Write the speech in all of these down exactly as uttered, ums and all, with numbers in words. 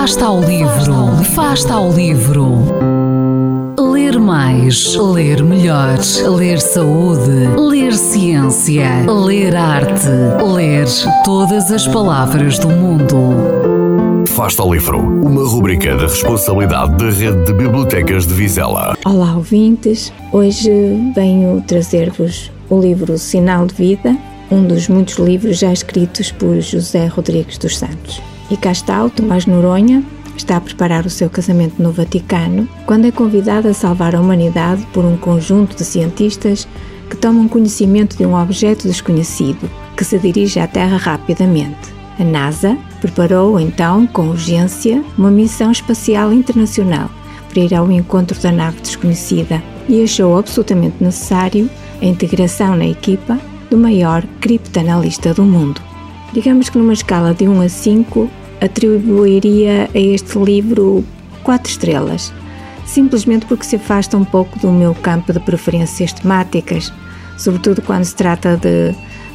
Afasta ao livro, afasta ao livro. Ler mais, ler melhor, ler saúde, ler ciência, ler arte, ler todas as palavras do mundo. Afasta ao livro, uma rubrica da responsabilidade da Rede de Bibliotecas de Vizela. Olá, ouvintes. Hoje venho trazer-vos o livro Sinal de Vida, um dos muitos livros já escritos por José Rodrigues dos Santos. E cá está o Tomás Noronha, está a preparar o seu casamento no Vaticano, quando é convidado a salvar a humanidade por um conjunto de cientistas que tomam conhecimento de um objeto desconhecido, que se dirige à Terra rapidamente. A NASA preparou, então, com urgência, uma missão espacial internacional para ir ao encontro da nave desconhecida e achou absolutamente necessário a integração na equipa do maior criptanalista do mundo. Digamos que numa escala de um a cinco, atribuiria a este livro quatro estrelas, simplesmente porque se afasta um pouco do meu campo de preferências temáticas, sobretudo quando se trata de,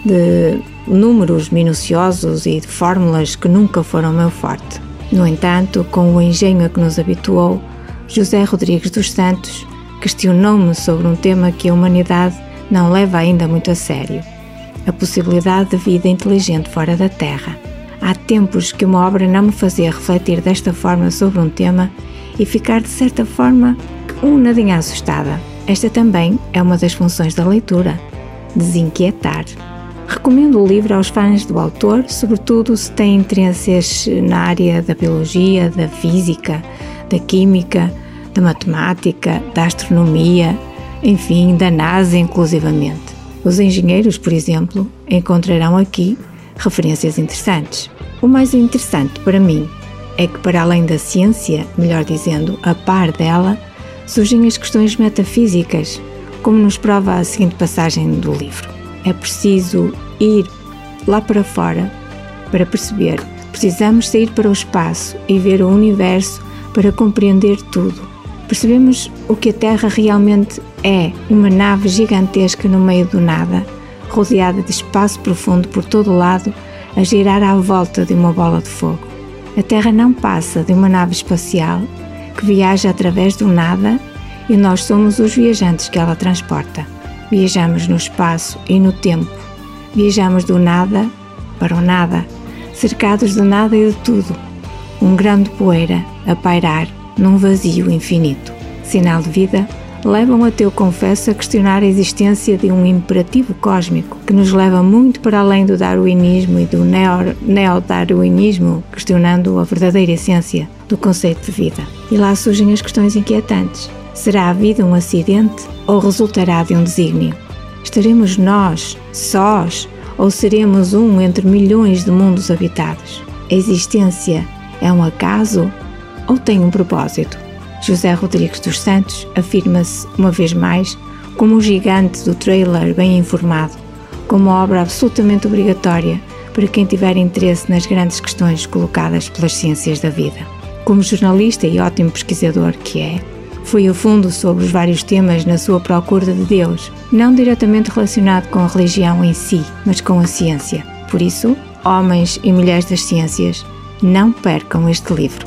de números minuciosos e de fórmulas que nunca foram meu forte. No entanto, com o engenho a que nos habituou, José Rodrigues dos Santos questionou-me sobre um tema que a humanidade não leva ainda muito a sério: a possibilidade de vida inteligente fora da Terra. Há tempos que uma obra não me fazia refletir desta forma sobre um tema e ficar de certa forma um nadinha assustada. Esta também é uma das funções da leitura: desinquietar. Recomendo o livro aos fãs do autor, sobretudo se têm interesses na área da biologia, da física, da química, da matemática, da astronomia, enfim, da NASA inclusivamente. Os engenheiros, por exemplo, encontrarão aqui referências interessantes. O mais interessante para mim é que, para além da ciência, melhor dizendo, a par dela, surgem as questões metafísicas, como nos prova a seguinte passagem do livro. É preciso ir lá para fora para perceber. Precisamos sair para o espaço e ver o universo para compreender tudo. Percebemos o que a Terra realmente é: uma nave gigantesca no meio do nada, rodeada de espaço profundo por todo o lado, a girar à volta de uma bola de fogo. A Terra não passa de uma nave espacial que viaja através do nada e nós somos os viajantes que ela transporta. Viajamos no espaço e no tempo. Viajamos do nada para o nada, cercados de nada e de tudo. Um grão de poeira a pairar num vazio infinito. Sinal de Vida levam até, eu confesso, a questionar a existência de um imperativo cósmico que nos leva muito para além do darwinismo e do neo, neo-darwinismo, questionando a verdadeira essência do conceito de vida. E lá surgem as questões inquietantes. Será a vida um acidente ou resultará de um desígnio? Estaremos nós, sós, ou seremos um entre milhões de mundos habitados? A existência é um acaso ou tem um propósito? José Rodrigues dos Santos afirma-se, uma vez mais, como o gigante do trailer bem informado, como uma obra absolutamente obrigatória para quem tiver interesse nas grandes questões colocadas pelas ciências da vida. Como jornalista e ótimo pesquisador que é, foi a fundo sobre os vários temas na sua procura de Deus, não diretamente relacionado com a religião em si, mas com a ciência. Por isso, homens e mulheres das ciências, não percam este livro.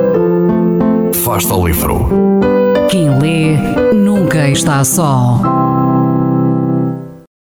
Afasta ao livro. Quem lê nunca está só.